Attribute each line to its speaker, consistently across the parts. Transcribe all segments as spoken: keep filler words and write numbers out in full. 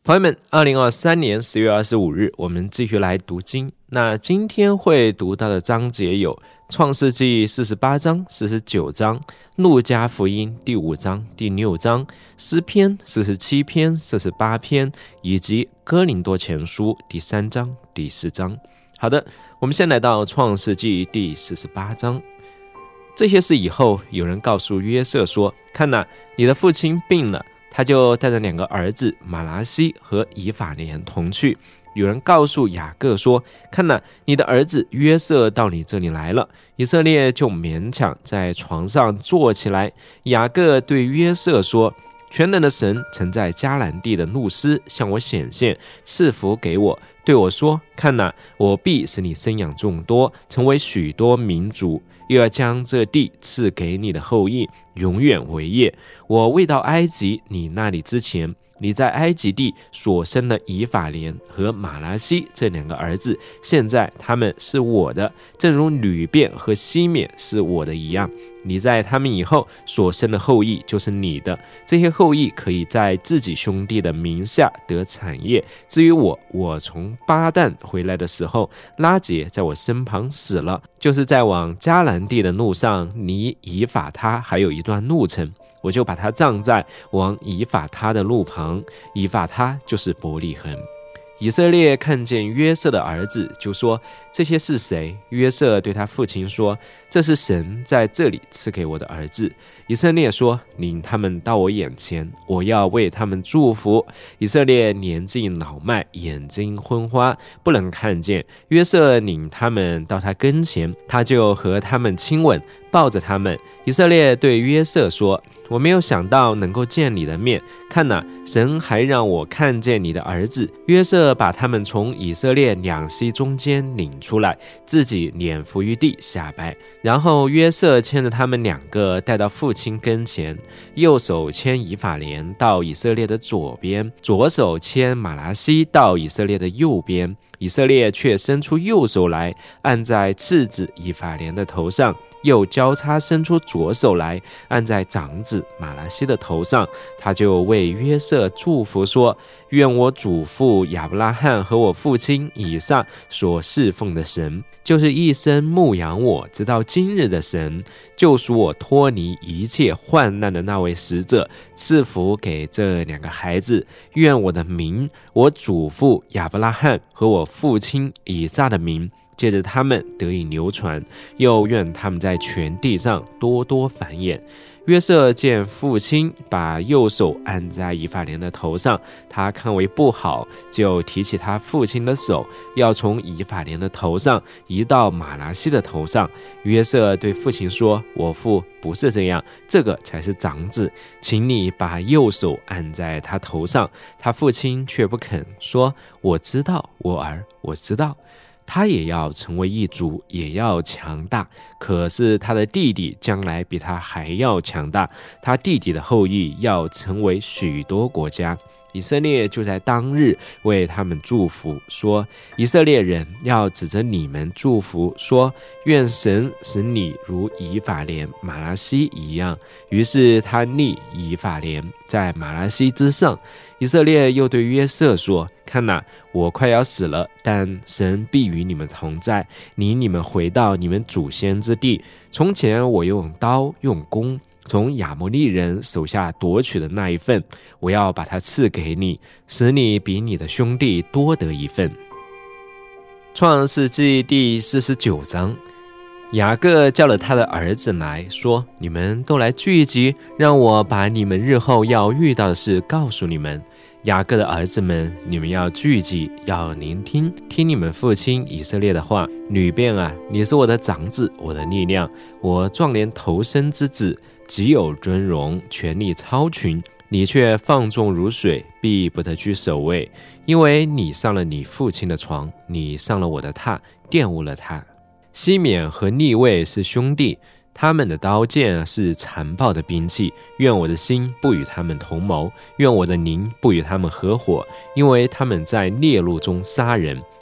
Speaker 1: 朋友们，二零二三年十月二十五日，我们继续来读经。那今天会读到的章节有创世纪四十八章、四十九章、路加福音第五章、第六章、诗篇四十七篇、四十八篇，以及哥林多前书第三章、第四章。好的，我们先来到创世纪第四十八章。这些事以后，有人告诉约瑟说：看哪，你的父亲病了。他就带着两个儿子马拿西和以法莲同去。有人告诉雅各说：看哪，你的儿子约瑟到你这里来了。以色列就勉强在床上坐起来。雅各对约瑟说：全能的神曾在迦南地的路斯向我显现，赐福给我，对我说：看哪，我必使你生养众多，成为许多民族，又要将这地赐给你的后裔，永远为业。我未到埃及你那里之前，你在埃及地所生的以法莲和马拿西这两个儿子，现在他们是我的，正如吕便和西缅是我的一样。你在他们以后所生的后裔就是你的，这些后裔可以在自己兄弟的名下得产业。至于我，我从巴旦回来的时候，拉结在我身旁死了，就是在往迦南地的路上，离以法他还有一段路程，我就把他葬在往以法他的路旁，以法他就是伯利恒。以色列看见约瑟的儿子，就说：这些是谁？约瑟对他父亲说：这是神在这里赐给我的儿子。以色列说：领他们到我眼前，我要为他们祝福。以色列年纪老迈，眼睛昏花，不能看见。约瑟领他们到他跟前，他就和他们亲吻，抱着他们。以色列对约瑟说：我没有想到能够见你的面，看哪，神还让我看见你的儿子。约瑟把他们从以色列两膝中间领出来，自己脸伏于地下拜。然后约瑟牵着他们两个带到父亲跟前，右手牵以法莲到以色列的左边，左手牵马拿西到以色列的右边。以色列却伸出右手来，按在次子以法莲的头上，又交叉伸出左手来，按在长子马拿西的头上。他就为约瑟祝福说：愿我祖父亚伯拉罕和我父亲以撒所侍奉的神，就是一生牧养我直到今日的神，救赎我脱离一切患难的那位使者，赐福给这两个孩子。愿我的名，我祖父亚伯拉罕和我父亲以撒的名，借着他们得以流传，又愿他们在全地上多多繁衍。约瑟见父亲把右手按在以法莲的头上，他看为不好，就提起他父亲的手，要从以法莲的头上移到马拿西的头上。约瑟对父亲说：我父不是这样，这个才是长子，请你把右手按在他头上。他父亲却不肯，说：我知道，我儿，我知道。他也要成为一族，也要强大，可是他的弟弟将来比他还要强大，他弟弟的后裔要成为许多国家。以色列就在当日为他们祝福，说：以色列人要指着你们祝福，说：愿神使你如以法莲、马拿西一样。于是他立以法莲在马拿西之上。以色列又对约瑟说：看哪，我快要死了，但神必与你们同在，领你们回到你们祖先之地。从前我用刀用弓从亚摩利人手下夺取的那一份，我要把它赐给你，使你比你的兄弟多得一份。创世纪第四十九章。雅各叫了他的儿子来说：你们都来聚集，让我把你们日后要遇到的事告诉你们。雅各的儿子们，你们要聚集，要聆听，听你们父亲以色列的话。吕便啊，你是我的长子，我的力量，我壮年头生之子，极有尊荣，权力超群。你却放纵如水，必不得居首位，因为你上了你父亲的床，你上了我的榻，玷污了他。西缅和利位是兄弟，他们的刀剑是残暴的兵器，愿我的心不与他们同谋，愿我的灵不与他们合伙，因为他们在烈怒中杀人，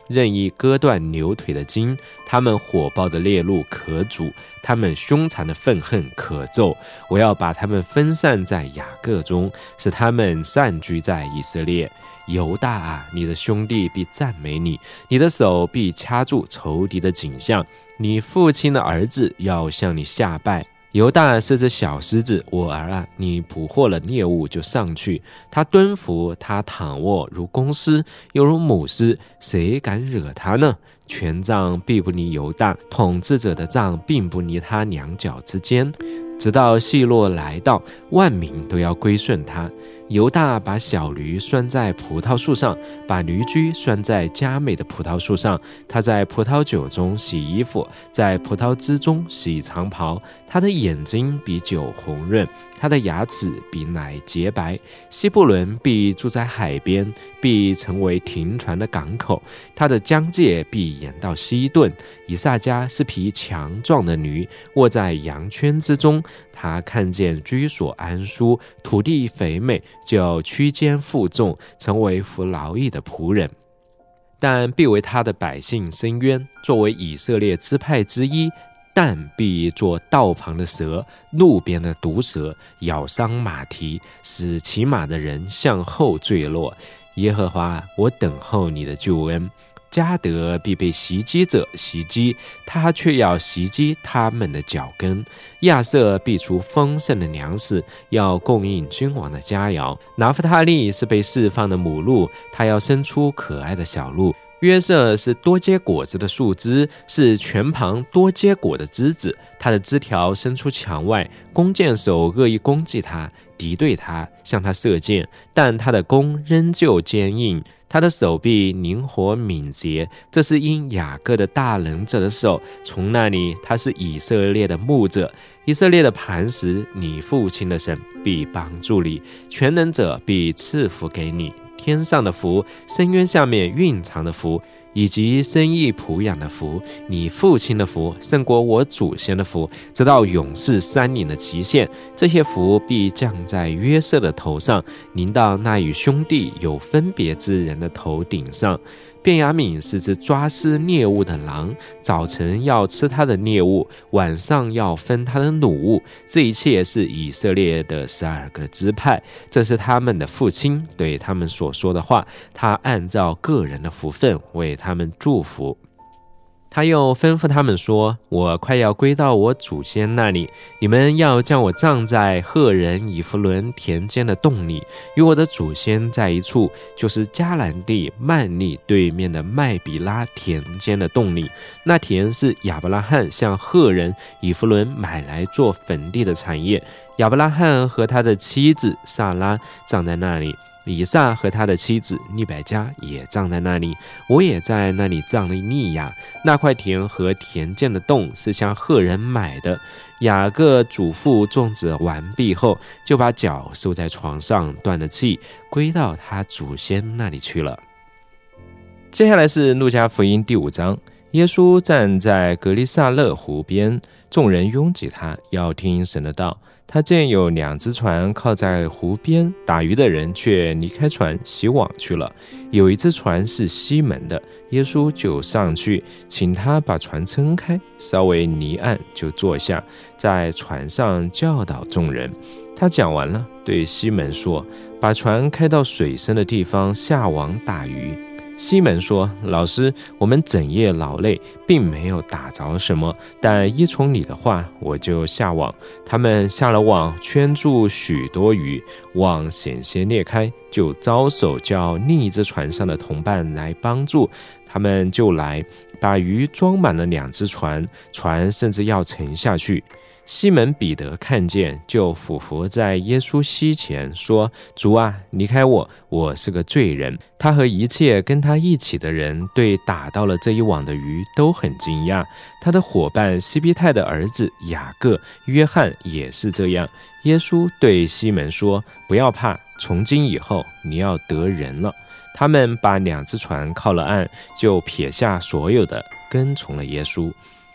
Speaker 1: 任意割断牛腿的筋，他们火爆的烈怒可阻，他们凶残的愤恨可咒。我要把他们分散在雅各中，使他们散居在以色列。犹大啊，你的兄弟必赞美你，你的手必掐住仇敌的颈项，你父亲的儿子要向你下拜。犹大是只小狮子，我儿啊，你捕获了猎物就上去。他蹲伏，他躺卧，如公狮，又如母狮，谁敢惹他呢？权杖必不离犹大，统治者的杖并不离他两脚之间。直到细洛来到，万民都要归顺他。犹大把小驴拴在葡萄树上，把驴驹拴在佳美的葡萄树上。他在葡萄酒中洗衣服，在葡萄汁中洗长袍。他的眼睛比酒红润，他的牙齿比奶洁白。希布伦必住在海边，必成为停船的港口。他的疆界必延到西顿。以萨迦是匹强壮的驴，卧在羊圈之中。他看见居所安舒，土地肥美，就屈肩负重，成为服劳役的仆人。但必为他的百姓伸冤，作为以色列支派之一。但必作道旁的蛇，路边的毒蛇，咬伤马蹄，使骑马的人向后坠落。耶和华，我等候你的救恩。迦得必被袭击者袭击，他却要袭击他们的脚跟。亚瑟必出丰盛的粮食，要供应君王的佳肴。拿弗他利是被释放的母鹿，他要生出可爱的小鹿。约瑟是多结果子的树枝，是泉旁多结果的枝子。他的枝条伸出墙外，弓箭手恶意攻击他，敌对他，向他射箭，但他的弓仍旧坚硬，他的手臂灵活敏捷。这是因雅各的大能者的手，从那里他是以色列的牧者。以色列的磐石，你父亲的神必帮助你，全能者必赐福给你。天上的福，深渊下面蕴藏的福，以及生意仆养的福，你父亲的福胜过我祖先的福，直到永世山岭的极限。这些福必降在约瑟的头上，临到那与兄弟有分别之人的头顶上。便雅悯是只抓撕猎物的狼，早晨要吃他的猎物，晚上要分他的掳物。这一切是以色列的十二个支派，这是他们的父亲对他们所说的话。他按照个人的福分为他们祝福。他又吩咐他们说，我快要归到我祖先那里，你们要将我葬在赫人以弗伦田间的洞里，与我的祖先在一处，就是迦南地曼利对面的麦比拉田间的洞里。那田是亚伯拉罕向赫人以弗伦买来做坟地的产业。亚伯拉罕和他的妻子撒拉葬在那里，以撒和他的妻子利百加也葬在那里，我也在那里葬了利亚。那块田和田间的洞是向赫人买的。雅各祖父种植完毕后，就把脚收在床上，断了气，归到他祖先那里去了。接下来是路加福音第五章。耶稣站在格利萨勒湖边，众人拥挤他，要听神的道。他见有两只船靠在湖边，打鱼的人却离开船洗网去了。有一只船是西门的，耶稣就上去，请他把船撑开，稍微离岸，就坐下，在船上教导众人。他讲完了，对西门说，把船开到水深的地方，下网打鱼。西门说，老师，我们整夜劳累，并没有打着什么，但依从你的话，我就下网。他们下了网，圈住许多鱼，网险些裂开，就招手叫另一只船上的同伴来帮助。他们就来，把鱼装满了两只船，船甚至要沉下去。西门彼得看见，就俯伏在耶稣膝前说，主啊，离开我，我是个罪人。他和一切跟他一起的人对打到了这一网的鱼都很惊讶。他的伙伴西庇太的儿子雅各、约翰也是这样。耶稣对西门说，不要怕，从今以后你要得人了。他们把两只船靠了岸，就撇下所有的，跟从了耶稣。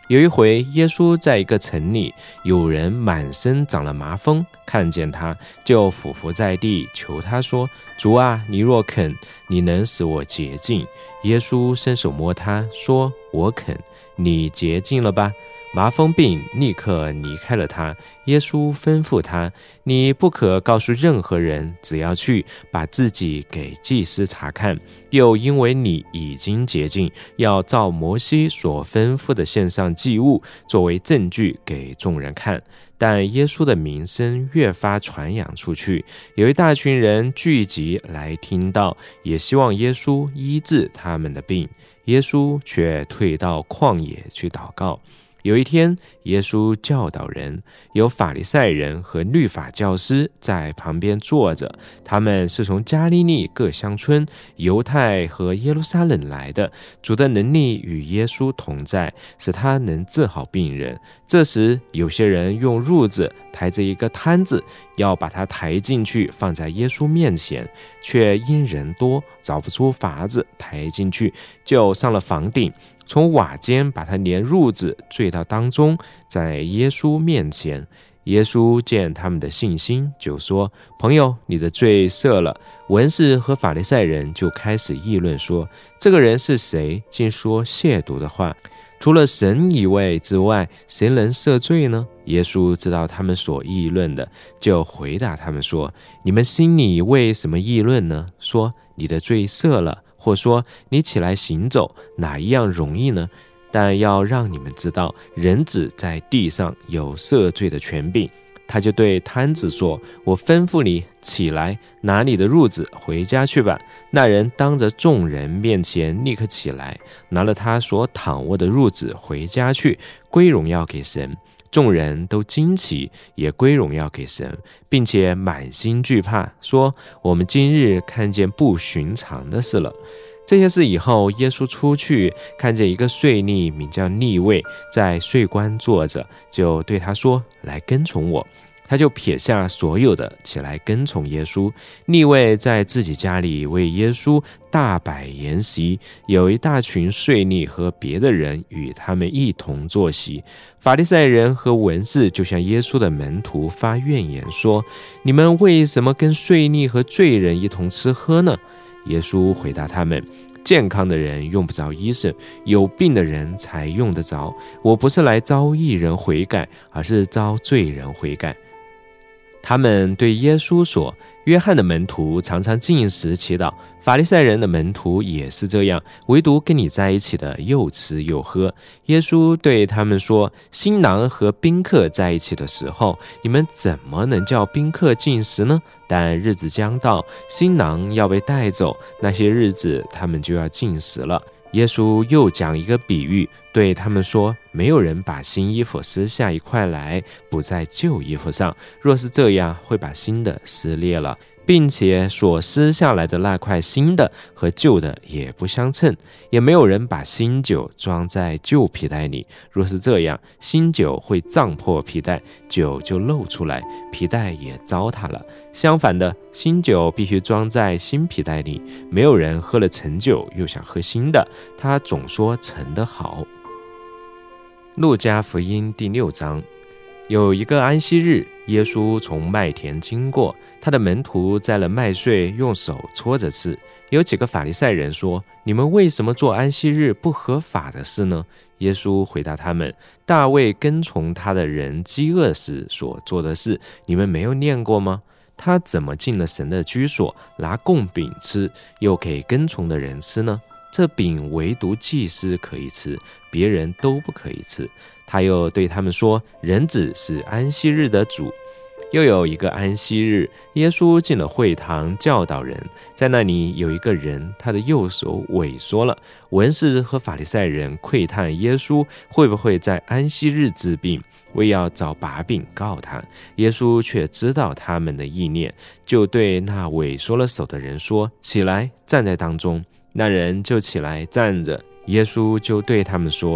Speaker 1: 有一回，耶稣在一个城里，有人满身长了麻风，看见他，就俯伏在地，求他说：主啊，你若肯，你能使我洁净。耶稣伸手摸他，说：我肯，你洁净了吧。麻风病立刻离开了他。耶稣吩咐他：你不可告诉任何人，只要去把自己给祭司查看，又因为你已经洁净，要照摩西所吩咐的献上祭物，作为证据给众人看。但耶稣的名声越发传扬出去，有一大群人聚集来听到，也希望耶稣医治他们的病。耶稣却退到旷野去祷告。有一天，耶稣教导人，有法利赛人和律法教师在旁边坐着，他们是从加利利各乡村、犹太和耶路撒冷来的。主的能力与耶稣同在，使他能治好病人。这时，有些人用褥子抬着一个摊子，要把他抬进去，放在耶稣面前，却因人多，找不出法子抬进去，就上了房顶，从瓦间把他连褥子坠到当中，在耶稣面前。耶稣见他们的信心，就说：朋友，你的罪赦了。文士和法利赛人就开始议论说：这个人是谁，竟说亵渎的话？除了神一位之外，谁能赦罪呢？耶稣知道他们所议论的，就回答他们说：你们心里为什么议论呢？说你的罪赦了，或说你起来行走，哪一样容易呢？但要让你们知道，人子在地上有赦罪的权柄。他就对摊子说：我吩咐你起来，拿你的褥子回家去吧。那人当着众人面前立刻起来，拿了他所躺卧的褥子回家去，归荣耀给神。众人都惊奇，也归荣耀给神，并且满心惧怕，说：我们今日看见不寻常的事了。这些事以后，耶稣出去，看见一个税吏名叫利未，在税关坐着，就对他说：来跟从我。他就撇下所有的，起来跟从耶稣。利未在自己家里为耶稣大摆筵席，有一大群税吏和别的人与他们一同坐席。法利赛人和文士就向耶稣的门徒发怨言说：你们为什么跟税吏和罪人一同吃喝呢？耶稣回答他们：健康的人用不着医生，有病的人才用得着。我不是来招义人悔改，而是招罪人悔改。他们对耶稣说：约翰的门徒常常禁食祈祷，法利赛人的门徒也是这样，唯独跟你在一起的又吃又喝。耶稣对他们说：新郎和宾客在一起的时候，你们怎么能叫宾客禁食呢？但日子将到，新郎要被带走，那些日子他们就要禁食了。耶稣又讲一个比喻，对他们说：没有人把新衣服撕下一块来补在旧衣服上，若是这样，会把新的撕裂了，并且所撕下来的那块新的和旧的也不相称。也没有人把新酒装在旧皮袋里，若是这样，新酒会胀破皮袋，酒就漏出来，皮袋也糟蹋了。相反的，新酒必须装在新皮袋里。没有人喝了陈酒又想喝新的，他总说陈的好。路加福音第六章。有一个安息日，耶稣从麦田经过，他的门徒摘了麦穗，用手搓着吃。有几个法利赛人说：你们为什么做安息日不合法的事呢？耶稣回答他们：大卫跟从他的人饥饿时所做的事，你们没有念过吗？他怎么进了神的居所，拿供饼吃，又给跟从的人吃呢？这饼唯独祭司可以吃，别人都不可以吃。他又对他们说：人子是安息日的主。又有一个安息日，耶稣进了会堂教导人，在那里有一个人，他的右手萎缩了。文士和法利赛人窥探耶稣会不会在安息日治病，为要找把柄告他。耶稣却知道他们的意念，就对那萎缩了手的人说：起来，站在当中。那人就起来站着。耶稣就对他们说：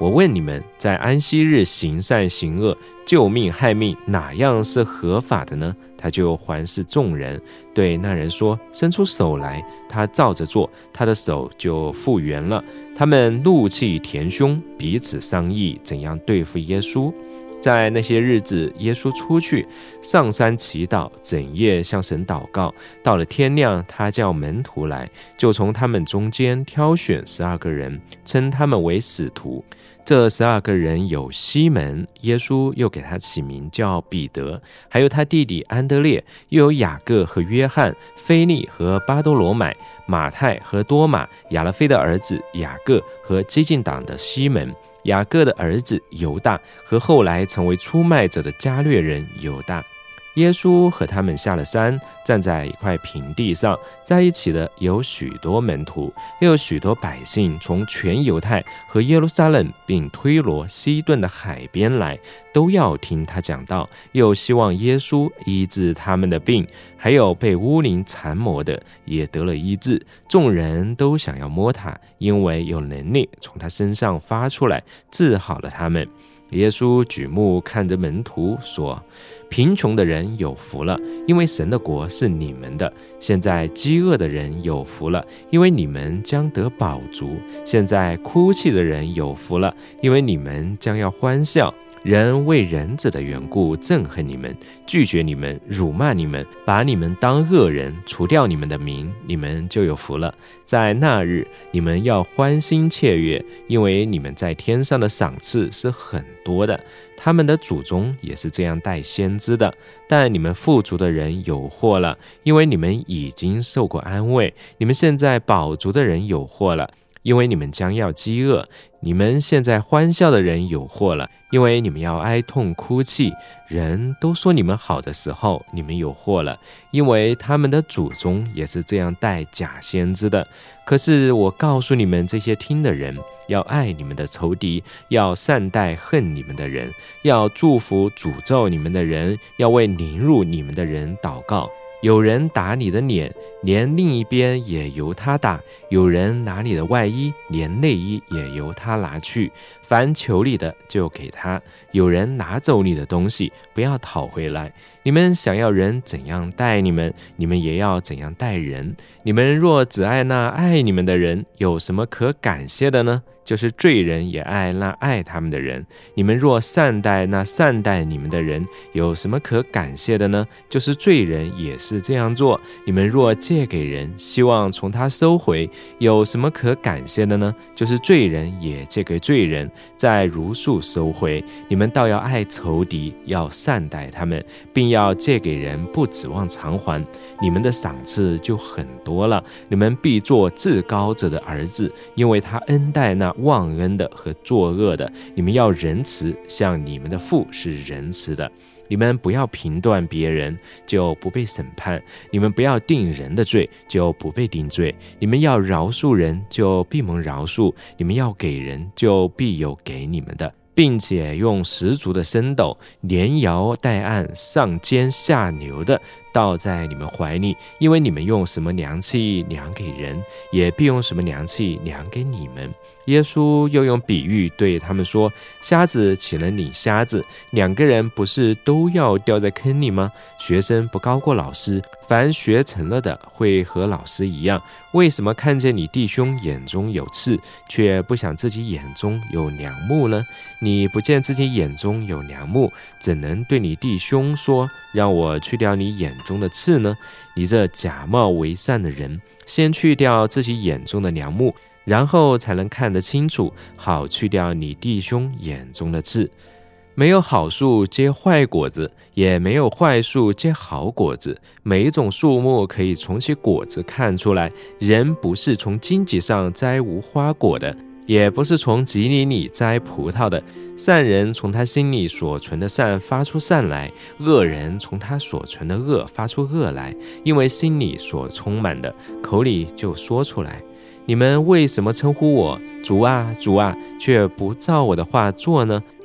Speaker 1: 我问你们，在安息日行善行恶，救命害命，哪样是合法的呢？他就环视众人，对那人说，伸出手来。他照着做，他的手就复原了。他们怒气填胸，彼此商议怎样对付耶稣。在那些日子，耶稣出去上山祈祷，整夜向神祷告。到了天亮，他叫门徒来，就从他们中间挑选十二个人，称他们为使徒。这十二个人有西门，耶稣又给他起名叫彼得，还有他弟弟安德烈，又有雅各和约翰，腓利和巴多罗买，马太和多马，亚勒腓的儿子雅各和激进党的西门，雅各的儿子犹大和后来成为出卖者的加略人犹大。耶稣和他们下了山，站在一块平地上，在一起的有许多门徒，又有许多百姓从全犹太和耶路撒冷并推罗、西顿的海边来，都要听他讲道，又希望耶稣医治他们的病。还有被污灵缠磨的也得了医治，众人都想要摸他，因为有能力从他身上发出来，治好了他们。耶稣举目看着门徒说，贫穷的人有福了，因为神的国是你们的。现在饥饿的人有福了，因为你们将得饱足。现在哭泣的人有福了，因为你们将要欢笑。人为人子的缘故憎恨你们，拒绝你们，辱骂你们，把你们当恶人，除掉你们的名，你们就有福了。在那日，你们要欢欣雀跃，因为你们在天上的赏赐是很多的。他们的祖宗也是这样待先知的。但你们富足的人有祸了，因为你们已经受过安慰；你们现在饱足的人有祸了，因为你们将要饥饿；你们现在欢笑的人有祸了，因为你们要哀痛哭泣。人都说你们好的时候，你们有祸了，因为他们的祖宗也是这样待假先知的。可是我告诉你们这些听的人，要爱你们的仇敌，要善待恨你们的人，要祝福诅咒你们的人，要为凌辱你们的人祷告。有人打你的脸，连另一边也由他打；有人拿你的外衣，连内衣也由他拿去。凡求你的，就给他；有人拿走你的东西，不要讨回来。你们想要人怎样待你们，你们也要怎样待人。你们若只爱那爱你们的人，有什么可感谢的呢？就是罪人也爱那爱他们的人。你们若善待那善待你们的人，有什么可感谢的呢？就是罪人也是这样做。你们若借给人，希望从他收回，有什么可感谢的呢？就是罪人也借给罪人，再如数收回。你们倒要爱仇敌，要善待他们，并要借给人，不指望偿还。你们的赏赐就很多了。你们必做至高者的儿子，因为他恩待那忘恩的和作恶的。你们要仁慈，像你们的父是仁慈的。你们不要评断别人，就不被审判；你们不要定人的罪，就不被定罪；你们要饶恕人，就必蒙饶恕；你们要给人，就必有给你们的。并且用十足的升斗，连摇带按，上尖下流的倒在你们怀里，因为你们用什么量器量给人，也必用什么量器量给你们。耶稣又用比喻对他们说，瞎子岂能领瞎子？两个人不是都要掉在坑里吗？学生不高过老师，凡学成了的会和老师一样。为什么看见你弟兄眼中有刺，却不想自己眼中有梁木呢？你不见自己眼中有梁木，怎能对你弟兄说，让我去掉你眼中的刺呢？你这假冒为善的人，先去掉自己眼中的梁木，然后才能看得清楚，好去掉你弟兄眼中的刺。没有好树结坏果子，也没有坏树结好果子。每一种树木可以从其果子看出来。人不是从荆棘上摘无花果的，也不是从棘藜里摘葡萄的。善人从他心里所存的善发出善来，恶人从他所存的恶发出恶来。因为心里所充满的，口里就说出来。你们为什么称呼我主啊主啊，却不照我的话做呢？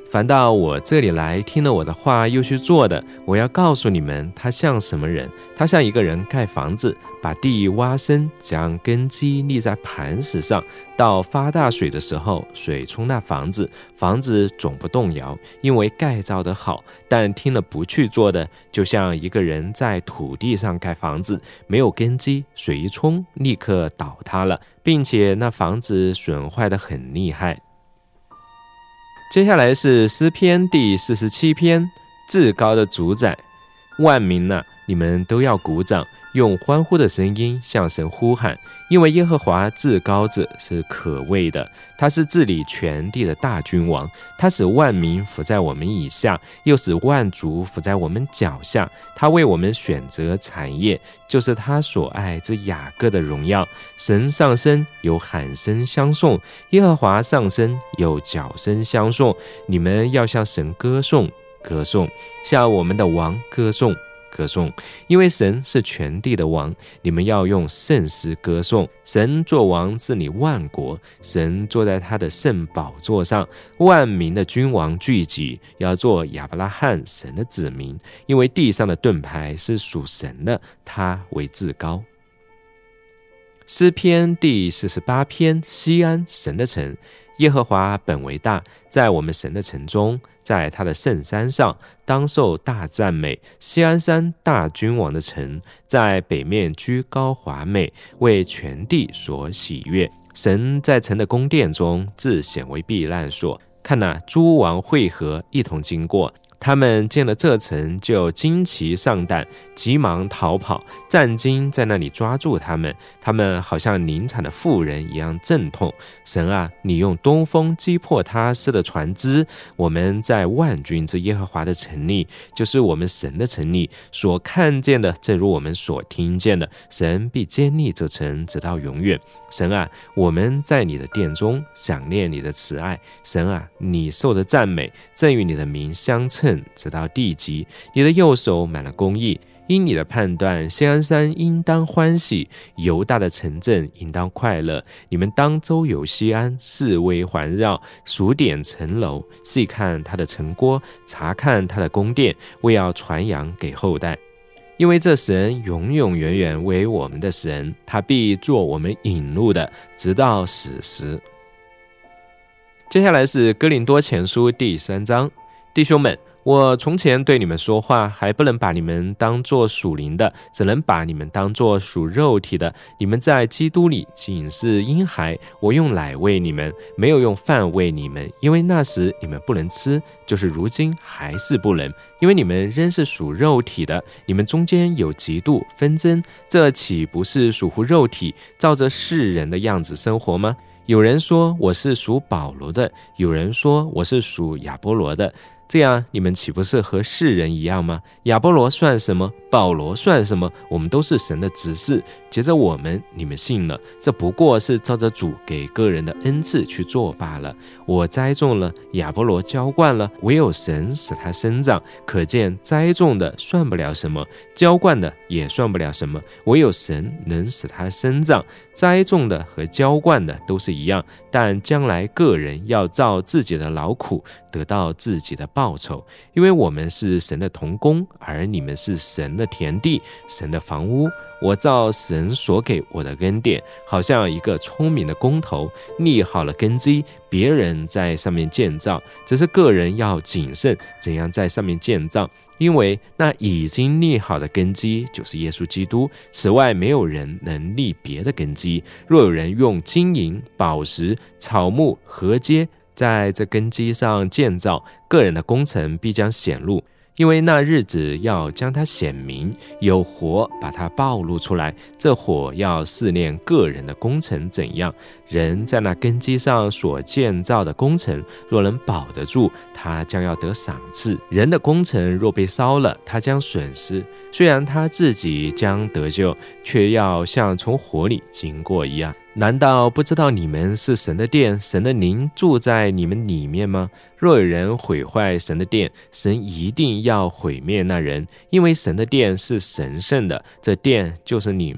Speaker 1: 凡到我这里来听了我的话又去做的，我要告诉你们，他像什么人？他像一个人盖房子，把地挖深，将根基立在磐石上。到发大水的时候，水冲那房子，房子总不动摇，因为盖造得好。但听了不去做的，就像一个人在土地上盖房子，没有根基，水一冲，立刻倒塌了，并且那房子损坏得很厉害。接下来是诗篇第四十七篇，至高的主宰。万民啊，你们都要鼓掌，用欢呼的声音向神呼喊，因为耶和华至高者是可畏的，他是治理全地的大君王，他使万民伏在我们以下，又使万族伏在我们脚下。他为我们选择产业，就是他所爱之雅各的荣耀。神上升，有喊声相送；耶和华上升，有角声相送。你们要向神歌颂，歌颂，向我们的王歌颂，歌颂，因为神是全地的王，你们要用圣诗歌颂。神作王治理万国，神坐在他的圣宝座上，万民的君王聚集，要做亚伯拉罕神的子民，因为地上的盾牌是属神的，他为至高。诗篇第四十八篇，西安神的城。耶和华本为大，在我们神的城中，在他的圣山上，当受大赞美。西安山，大君王的城，在北面居高华美，为全地所喜悦。神在城的宫殿中自显为避难所。看哪，诸王会合，一同经过。他们见了这城，就惊奇上胆，急忙逃跑。战惊在那里抓住他们，他们好像临产的妇人一样阵痛。神啊，你用东风击破他施的船只。我们在万军之耶和华的城里，就是我们神的城里，所看见的，正如我们所听见的，神必坚立这城，直到永远。神啊，我们在你的殿中想念你的慈爱。神啊，你受的赞美，正与你的名相称，直到地极。你的右手满了公义，因你的判断，锡安山应当欢喜，犹大的城镇应当快乐。你们当周游锡安，四围环绕，数点城楼，细看他的城郭，查看他的宫殿，为要传扬给后代。因为这神永永远远为我们的神，他必做我们引路的，直到死时。接下来是哥林多前书第三章。弟兄们，我从前对你们说话，还不能把你们当作属灵的，只能把你们当作属肉体的。你们在基督里仅是婴孩，我用奶喂你们，没有用饭喂你们，因为那时你们不能吃，就是如今还是不能，因为你们仍是属肉体的。你们中间有嫉妒纷争，这岂不是属乎肉体，照着世人的样子生活吗？有人说我是属保罗的，有人说我是属亚波罗的，这样你们岂不是和世人一样吗？亚波罗算什么？保罗算什么？我们都是神的执事，接着我们，你们信了，这不过是照着主给个人的恩赐去做罢了。我栽种了，亚波罗浇灌了，唯有神使它生长。可见栽种的算不了什么，浇灌的也算不了什么，唯有神能使它生长。栽种的和浇灌的都是一样，但将来个人要照自己的劳苦得到自己的报酬。因为我们是神的同工，而你们是神的田地，神的房屋。我照神所给我的恩典，好像一个聪明的工头，立好了根基，别人在上面建造，只是个人要谨慎怎样在上面建造，因为那已经立好的根基就是耶稣基督，此外没有人能立别的根基。若有人用金银、宝石、草木、禾秸在这根基上建造，个人的工程必将显露，因为那日子要将它显明，有火把它暴露出来。这火要试炼个人的工程怎样。人在那根基上所建造的工程，若能保得住，他将要得赏赐。人的工程若被烧了，他将损失，虽然他自己将得救，却要像从火里经过一样。难道不知道你们是神的殿，神的灵住在你们里面吗？若有人毁坏神的殿，神一定要毁灭那人，因为神的殿是神圣的，这殿就是你们。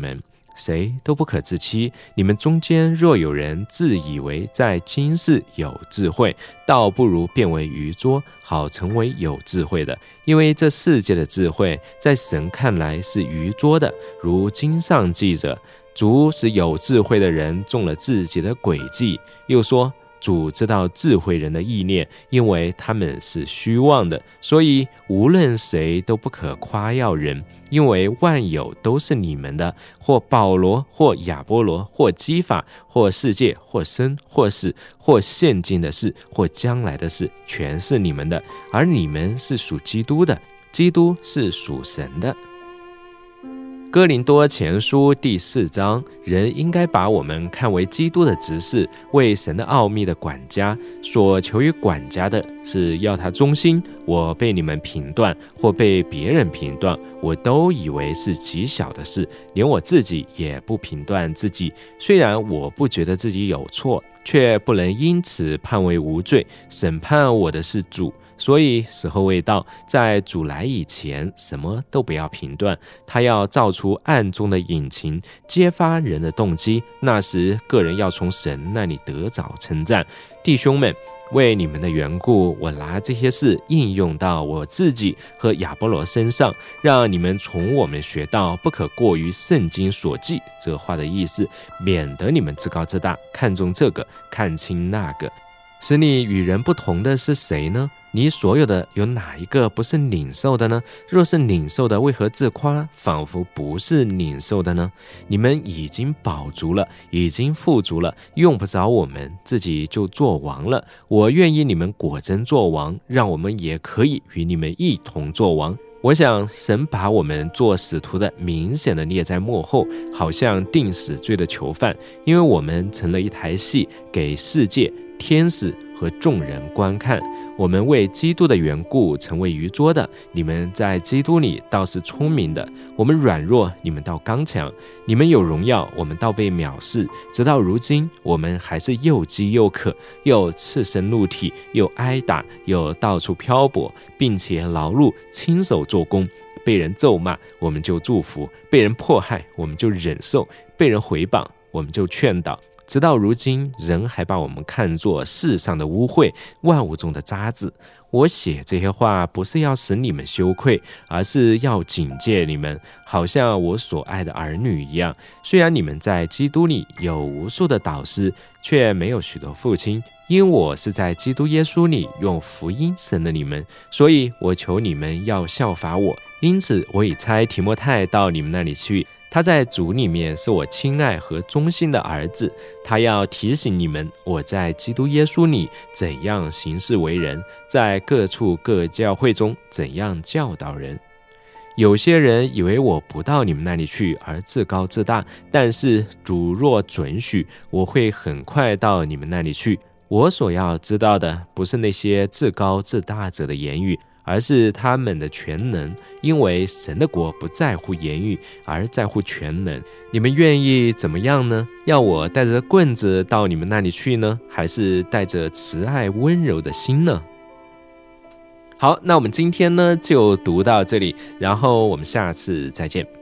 Speaker 1: 谁都不可自欺。你们中间若有人自以为在今世有智慧，倒不如变为愚拙，好成为有智慧的。因为这世界的智慧在神看来是愚拙的。如经上记着，主使有智慧的人中了自己的诡计。又说，主知道智慧人的意念，因为他们是虚妄的。所以无论谁都不可夸耀人，因为万有都是你们的，或保罗，或亚波罗，或基法，或世界，或生，或死，或现今的事，或将来的事，全是你们的。而你们是属基督的，基督是属神的。哥林多前书第四章，人应该把我们看为基督的执事，为神的奥秘的管家。所求于管家的是要他忠心。我被你们评断，或被别人评断，我都以为是极小的事，连我自己也不评断自己。虽然我不觉得自己有错，却不能因此判为无罪。审判我的是主。所以时候未到，在主来以前，什么都不要评断。他要照出暗中的隐情，揭发人的动机。那时个人要从神那里得着称赞。弟兄们，为你们的缘故，我拿这些事应用到我自己和亚波罗身上，让你们从我们学到不可过于圣经所记这话的意思，免得你们自高自大，看重这个，看轻那个。使你与人不同的是谁呢？你所有的有哪一个不是领受的呢？若是领受的，为何自夸，仿佛不是领受的呢？你们已经饱足了，已经富足了，用不着我们，自己就做王了。我愿意你们果真做王，让我们也可以与你们一同做王。我想神把我们做使徒的明显的列在幕后，好像定死罪的囚犯，因为我们成了一台戏，给世界、天使和众人观看。我们为基督的缘故成为愚拙的，你们在基督里倒是聪明的。我们软弱，你们倒刚强；你们有荣耀，我们倒被藐视。直到如今，我们还是又饥又渴，又赤身露体，又挨打，又到处漂泊，并且劳碌，亲手做工。被人咒骂，我们就祝福；被人迫害，我们就忍受；被人毁谤，我们就劝导。直到如今，人还把我们看作世上的污秽，万物中的渣滓。我写这些话，不是要使你们羞愧，而是要警戒你们，好像我所爱的儿女一样。虽然你们在基督里有无数的导师，却没有许多父亲，因我是在基督耶稣里用福音生了你们，所以我求你们要效法我。因此我已差提摩太到你们那里去，他在主里面是我亲爱和忠心的儿子，他要提醒你们我在基督耶稣里怎样行事为人，在各处各教会中怎样教导人。有些人以为我不到你们那里去而自高自大，但是主若准许，我会很快到你们那里去。我所要知道的不是那些自高自大者的言语，而是他们的全能，因为神的国不在乎言语，而在乎全能。你们愿意怎么样呢？要我带着棍子到你们那里去呢，还是带着慈爱温柔的心呢？好，那我们今天呢就读到这里，然后我们下次再见。